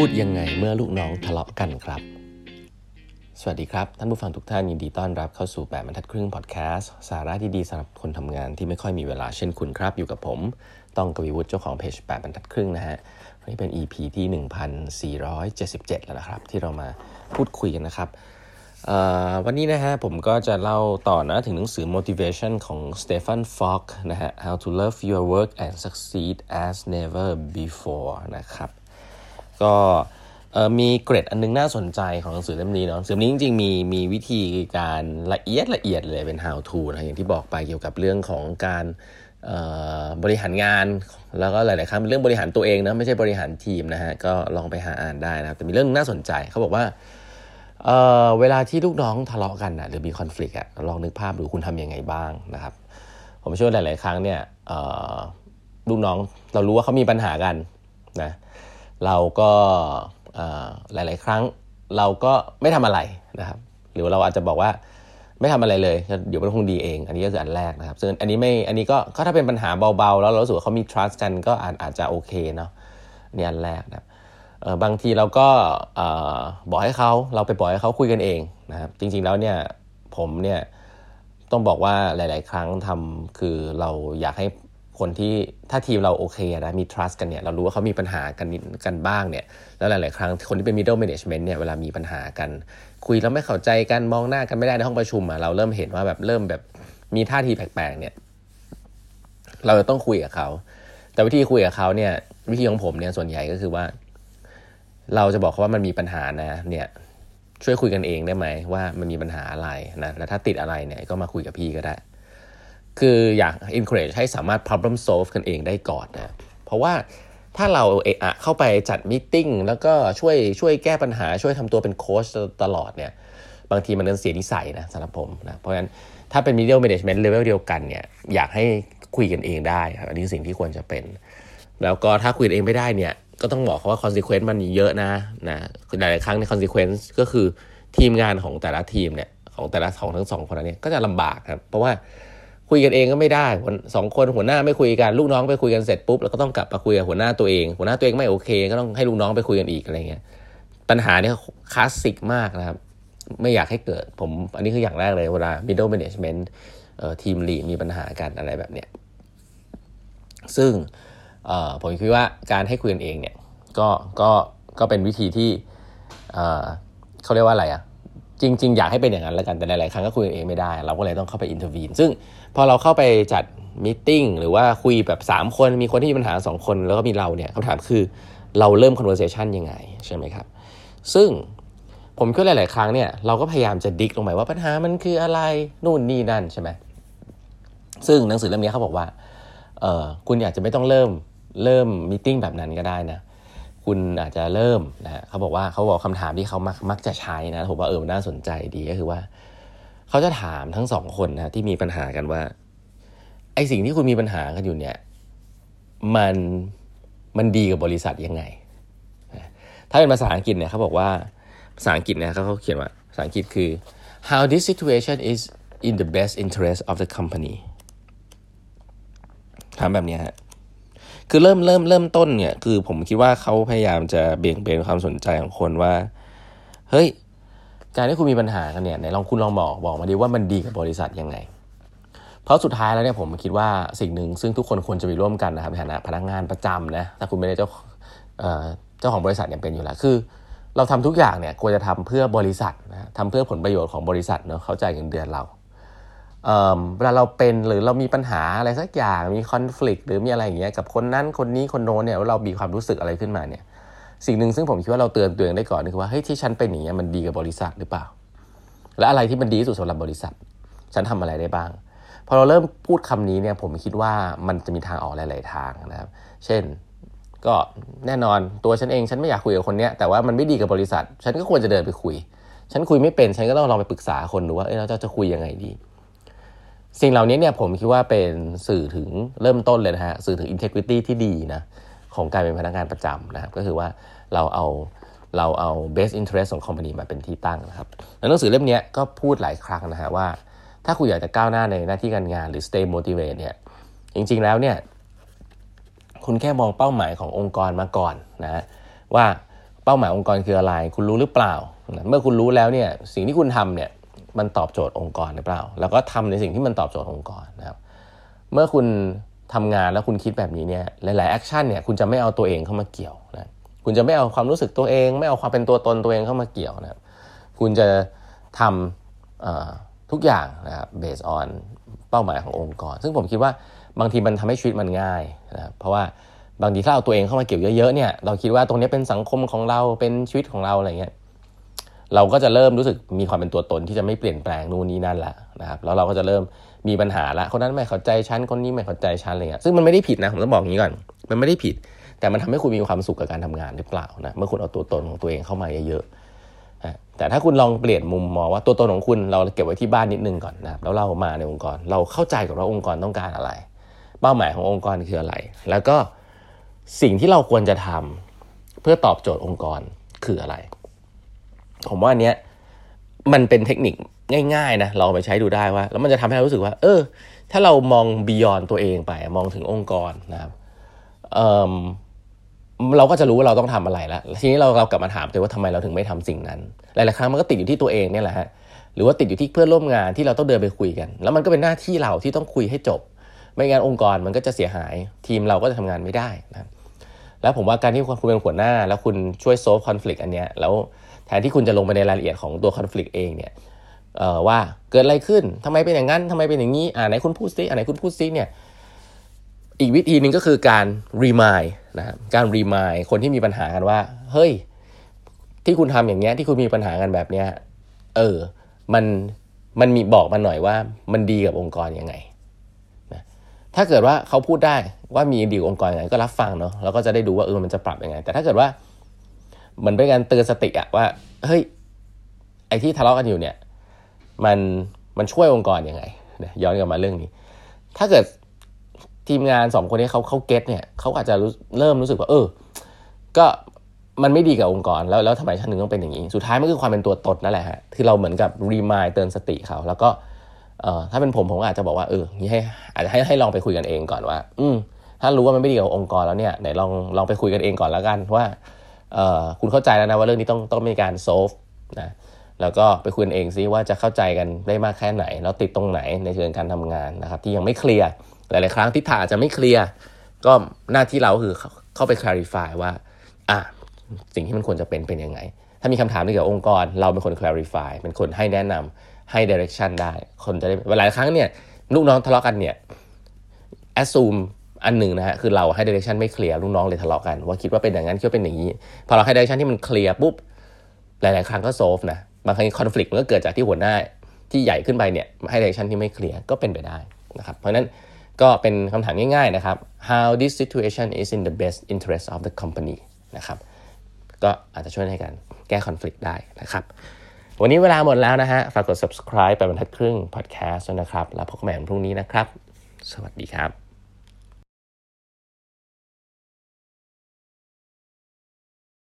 ดยังไงเมื่อลูกน้องทะเลาะกันครับสวัสดีครับท่านผู้ฟังทุกท่านยินดีต้อนรับเข้าสู่8บรรทัดครึ่งพอดแคสต์สาระดีๆสำหรับคนทำงานที่ไม่ค่อยมีเวลาเช่นคุณครับอยู่กับผมต้องกวีวุฒิเจ้าของเพจ8บรรทัดครึ่งนะฮะวันนี้เป็น EP ที่1477แล้วนะครับที่เรามาพูดคุยกันนะครับวันนี้นะฮะผมก็จะเล่าต่อนะถึงหนังสือ motivation ของ Stephen Fogg นะฮะ How to love your work and succeed as never before นะครับก็มีเกรดอันนึงน่าสนใจของหนังสือเล่มนี้เนาะหนังสือนี้จริงๆมีวิธีการละเอียดเลยเป็น how to นะอย่างที่บอกไปเกี่ยวกับเรื่องของการบริหารงานแล้วก็หลายๆครั้งเป็นเรื่องบริหารตัวเองนะไม่ใช่บริหารทีมนะฮะก็ลองไปหาอ่านได้นะครับแต่มีเรื่องน่าสนใจเขาบอกว่าเวลาที่ลูกน้องทะเลาะกันนะหรือมีคอนฟลิกต์อะลองนึกภาพดูคุณทำยังไงบ้างนะครับผมเชื่อหลายๆครั้งเนี่ยลูกน้องเรารู้ว่าเขามีปัญหากันนะเราก็หลายๆครั้งเราก็ไม่ทำอะไรนะครับหรือเราอาจจะบอกว่าไม่ทำอะไรเลยเดี๋ยวมันคงดีเองอันนี้ก็คืออันแรกนะครับซึ่งอันนี้ก็ถ้าเป็นปัญหาเบาๆแล้วเรารู้สึกว่าเขามี trust กันก็อาจจะโอเคเนาะนี่อันแรกนะบางทีเราก็บอกให้เราไปปล่อยให้เขาคุยกันเองนะครับจริงๆแล้วเนี่ยผมเนี่ยต้องบอกว่าหลายๆครั้งทำคือเราอยากให้คนที่ถ้าทีมเราโอเคนะมี trust กันเนี่ยเรารู้ว่าเขามีปัญหากันบ้างเนี่ยแล้วหลายๆครั้งคนที่เป็น middle management เนี่ยเวลามีปัญหากันคุยแล้วไม่เข้าใจกันมองหน้ากันไม่ได้ในห้องประชุมเราเริ่มเห็นว่าเริ่มมีท่าทีแปลกๆเนี่ยเราจะต้องคุยกับเขาแต่วิธีคุยกับเขาเนี่ยวิธีของผมเนี่ยส่วนใหญ่ก็คือว่าเราจะบอกเขาว่ามันมีปัญหานะเนี่ยช่วยคุยกันเองได้ไหมว่ามันมีปัญหาอะไรนะแล้วถ้าติดอะไรเนี่ยก็มาคุยกับพี่ก็ได้คืออยาก encourage ให้สามารถ problem solve กันเองได้ก่อนนะเพราะว่าถ้าเราเข้าไปจัดมีตติ้งแล้วก็ช่วยแก้ปัญหาช่วยทำตัวเป็นโค้ชตลอดเนี่ยบางทีมันเสียนิสัยนะสำหรับผมนะเพราะฉะนั้นถ้าเป็น middle management level เดียวกันเนี่ยอยากให้คุยกันเองได้ครับอันนี้สิ่งที่ควรจะเป็นแล้วก็ถ้าคุยกันเองไม่ได้เนี่ยก็ต้องบอกเขาว่า consequence มันเยอะนะหลายๆครั้งใน consequence ก็คือทีมงานของแต่ละทีมเนี่ยของทั้งสองคนนี้ก็จะลำบากครับเพราะว่าคุยกันเองก็ไม่ได้สองคนหัวหน้าไม่คุยกันลูกน้องไปคุยกันเสร็จปุ๊บแล้วก็ต้องกลับมาคุยกับหัวหน้าตัวเองไม่โอเคก็ต้องให้ลูกน้องไปคุยกันอีกอะไรเงี้ยปัญหาเนี่ยคลาสสิกมากนะครับไม่อยากให้เกิดผมอันนี้คืออย่างแรกเลยเวลา middle management ทีมลีดมีปัญหากันอะไรแบบเนี้ยซึ่งผมคิดว่าการให้คุยกันเองเนี่ยก็เป็นวิธีที่เขาเรียกว่าอะไรจริงๆอยากให้เป็นอย่างนั้นแล้วกันแต่หลายๆครั้งก็คุยกันเองไม่ได้เราก็เลยต้องเข้าไปอินเทอร์วีนซึ่งพอเราเข้าไปจัดมีตติ้งหรือว่าคุยแบบ3คนมีคนที่มีปัญหา2คนแล้วก็มีเราเนี่ยคำถามคือเราเริ่ม conversation ยังไงใช่ไหมครับซึ่งผมคิดหลายๆครั้งเนี่ยเราก็พยายามจะดิกลงไปว่าปัญหามันคืออะไรนู่นนี่นั่นใช่ไหมซึ่งหนังสือเล่มนี้เขาบอกว่าคุณอยากจะไม่ต้องเริ่มมีตติ้งแบบนั้นก็ได้นะคุณอาจจะเริ่มนะเขาบอกคำถามที่เขามักจะใช้นะผมว่ามันน่าสนใจดีก็คือว่าเขาจะถามทั้งสองคนนะที่มีปัญหากันว่าไอสิ่งที่คุณมีปัญหากันอยู่เนี่ยมันดีกับบริษัทยังไงถ้าเป็นภาษาอังกฤษเนี่ยเขาบอกว่าภาษาอังกฤษเนี่ยเขาเขียนว่าภาษาอังกฤษคือ how this situation is in the best interest of the company ถามแบบนี้ฮะคือเริ่มต้นเนี่ยคือผมคิดว่าเขาพยายามจะเบี่ยงเบนความสนใจของคนว่าเฮ้ยการที่คุณมีปัญหากันเนี่ยไหนคุณลองบอกมาดิว่ามันดีกับบริษัทยังไงเพราะสุดท้ายแล้วเนี่ยผมคิดว่าสิ่งหนึ่งซึ่งทุกคนควรจะมีร่วมกันนะครับในฐานะพนักงานประจำนะถ้าคุณไม่ได้เจ้าของบริษัทเนี่ยเป็นอยู่แล้วคือเราทำทุกอย่างเนี่ยควรจะทำเพื่อบริษัทนะทำเพื่อผลประโยชน์ของบริษัทเนาะเขาจ่ายเงินเดือนเราเวลาเราเป็นหรือเรามีปัญหาอะไรสักอย่างมีคอนฟลิกต์หรือมีอะไรอย่างเงี้ยกับคนนั้นคนนี้คนโน้นเนี่ยเรามีความรู้สึกอะไรขึ้นมาเนี่ยสิ่งหนึ่งซึ่งผมคิดว่าเราเตือนตัวเองได้ก่อนคือว่าเฮ้ยที่ฉันเป็นอย่างเงี้ยมันดีกับบริษัทหรือเปล่าและอะไรที่มันดีที่สุดสำหรับบริษัทฉันทำอะไรได้บ้างพอเราเริ่มพูดคำนี้เนี่ยผมคิดว่ามันจะมีทางออกหลายๆทางนะครับเช่นก็แน่นอนตัวฉันเองฉันไม่อยากคุยกับคนเนี้ยแต่ว่ามันไม่ดีกับบริษัทฉันก็ควรจะเดินไปคุยฉันคุยไม่เป็นฉันก็ต้องลองไปปรึกษาคนดูว่าเราจะคุยยังไงดีสิ่งเหล่านี้เนี่ยผมคิดว่าเป็นสื่อถึงเริ่มต้นเลยนะฮะสื่อถึง integrity ที่ดีนะของการเป็นพนักงานประจำนะครับก็คือว่าเราเอา best interest ของ company มาเป็นที่ตั้งนะครับหนังสือเล่มนี้ก็พูดหลายครั้งนะฮะว่าถ้าคุณอยากจะก้าวหน้าในหน้าที่การงานหรือ stay motivated เนี่ยจริงๆแล้วเนี่ยคุณแค่มองเป้าหมายขององค์กรมาก่อนนะว่าเป้าหมายองค์กรคืออะไรคุณรู้หรือเปล่าเมื่อคุณรู้แล้วเนี่ยสิ่งที่คุณทำเนี่ยมันตอบโจทย์องค์กรหรือเปล่าแล้วก็ทำในสิ่งที่มันตอบโจทย์องค์กรนะครับเมื่อคุณทำงานแล้วคุณคิดแบบนี้เนี่ยหลายๆแอคชั่นเนี่ยคุณจะไม่เอาตัวเองเข้ามาเกี่ยวนะคุณจะไม่เอาความรู้สึกตัวเองไม่เอาความเป็นตัวตนตัวเองเข้ามาเกี่ยวนะครับคุณจะทำทุกอย่างนะครับ based on เป้าหมายขององค์กรซึ่งผมคิดว่าบางทีมันทำให้ชีวิตมันง่ายนะครับเพราะว่าบางทีถ้าเอาตัวเองเข้ามาเกี่ยวเยอะๆเนี่ยเราคิดว่าตรงนี้เป็นสังคมของเราเป็นชีวิตของเราอะไรเงี้ยเราก็จะเริ่มรู้สึกมีความเป็นตัวตนที่จะไม่เปลี่ยนแปลงนู่นนี่นั่นละนะครับแล้วเราก็จะเริ่มมีปัญหาละคนนั้นไม่เข้าใจฉันคนนี้ไม่เข้าใจฉันอะไรเงี้ยซึ่งมันไม่ได้ผิดนะผมต้องบอกอย่างนี้ก่อนมันไม่ได้ผิดแต่มันทำให้คุณมีความสุขกับการทำงานหรือเปล่านะเมื่อคุณเอาตัวตนของตัวเองเข้ามาเยอะๆแต่ถ้าคุณลองเปลี่ยนมุมมองว่าตัวตนของคุณเราเก็บไว้ที่บ้านนิดนึงก่อนนะครับแล้วเรามาในองค์กรเราเข้าใจกับว่าองค์กรต้องการอะไรเป้าหมายขององค์กรคืออะไรแล้วก็สิ่งที่เราควรจะทำเพื่อตอบโจทย์องค์กรคืออะไรผมว่าอันเนี้ยมันเป็นเทคนิคง่ายๆนะลองไปใช้ดูได้ว่าแล้วมันจะทำให้เรารู้สึกว่าถ้าเรามองบียอนตัวเองไปมองถึงองค์กรนะครับเราก็จะรู้ว่าเราต้องทำอะไรแล้วทีนี้เรากลับมาถามตัวว่าทำไมเราถึงไม่ทำสิ่งนั้นหลายๆครั้งมันก็ติดอยู่ที่ตัวเองเนี่ยแหละฮะหรือว่าติดอยู่ที่เพื่อนร่วมงานที่เราต้องเดินไปคุยกันแล้วมันก็เป็นหน้าที่เราที่ต้องคุยให้จบไม่งั้นองค์กรมันก็จะเสียหายทีมเราก็จะทำงานไม่ได้นะแล้วผมว่าการที่คุณเป็นหัวหน้าแล้วคุณช่วยโซลฟ์คอนฟลิกต์อันเนี้ยแล้วแทนที่คุณจะลงไปในรายละเอียดของตัวคอนฟลิกต์เองเนี่ยว่าเกิดอะไรขึ้นทำไมเป็นอย่างนั้นทำไมเป็นอย่างนี้ไหนคุณพูดซิไหนคุณพูดซิเนี่ยอีกวิธีนึงก็คือการรีมายด์นะครับการรีมายด์คนที่มีปัญหากันว่าเฮ้ยที่คุณทำอย่างเงี้ยที่คุณมีปัญหากันแบบเนี้ยมันมีบอกมาหน่อยว่ามันดีกับองค์กรยังไงนะถ้าเกิดว่าเขาพูดได้ว่ามีดีกับองค์กรยังไงก็รับฟังเนาะแล้วก็จะได้ดูว่ามันจะปรับยังไงแต่ถ้าเกิดว่าเหมือนเป็นการเตือนสติอะว่าเฮ้ยไอ้ที่ทะเลาะกันอยู่เนี่ยมันช่วยองค์กรยังไงย้อนกลับมาเรื่องนี้ถ้าเกิดทีมงาน2คนนี้เขาเก็ตเนี่ยเขาอาจจะเริ่มรู้สึกว่าก็มันไม่ดีกับองค์กรแล้วทำไมฉันถึงต้องเป็นอย่างนี้สุดท้ายมันคือความเป็นตัวตนนั่นแหละฮะคือเราเหมือนกับรีมายด์เตือนสติเขาแล้วก็ถ้าเป็นผมอาจจะบอกว่านี่อาจจะให้ลองไปคุยกันเองก่อนว่าถ้ารู้ว่ามันไม่ดีกับองค์กรแล้วเนี่ยไหนลองไปคุยกันเองก่อนแล้วกันว่าคุณเข้าใจแล้วนะว่าเรื่องนี้ต้องมีการโซฟนะแล้วก็ไปคุยกันเองซิว่าจะเข้าใจกันได้มากแค่ไหนแล้วติดตรงไหนในเชิงการทำงานนะครับที่ยังไม่เคลียร์หลายๆครั้งทิศทางอาจจะไม่เคลียร์ก็หน้าที่เราคือเข้าไป clarify ว่าสิ่งที่มันควรจะเป็นยังไงถ้ามีคำถามเกี่ยวกับองค์กรเราเป็นคน clarify เป็นคนให้แนะนำให้ direction ได้คนจะได้หลายครั้งเนี่ยลูกน้องทะเลาะกันเนี่ย assume อันหนึ่งนะฮะคือเราให้ direction ไม่เคลียร์ลูกน้องเลยทะเลาะกันว่าคิดว่าเป็นอย่างนั้นคิดว่าเป็นอย่างนี้พอเราให้ direction ที่มันเคลียร์ปุ๊บหลายๆครั้งก็ solve นะบางครั้ง conflict มันก็เกิดจากที่หัวหน้าที่ใหญ่ขึ้นไปเนี่ยให้ direction ที่ไม่เคลียร์ก็เป็นไปได้นะครับเพราะนั้นก็เป็นคำถามง่ายๆนะครับ how this situation is in the best interest of the company นะครับก็อาจจะช่วยในการแก้ conflict ได้นะครับวันนี้เวลาหมดแล้วนะฮะฝากกด subscribe ไปบรรทัดครึ่ง podcast นะครับแล้วพบกันใหม่วันพรุ่งนี้นะครับสวัสดีครับ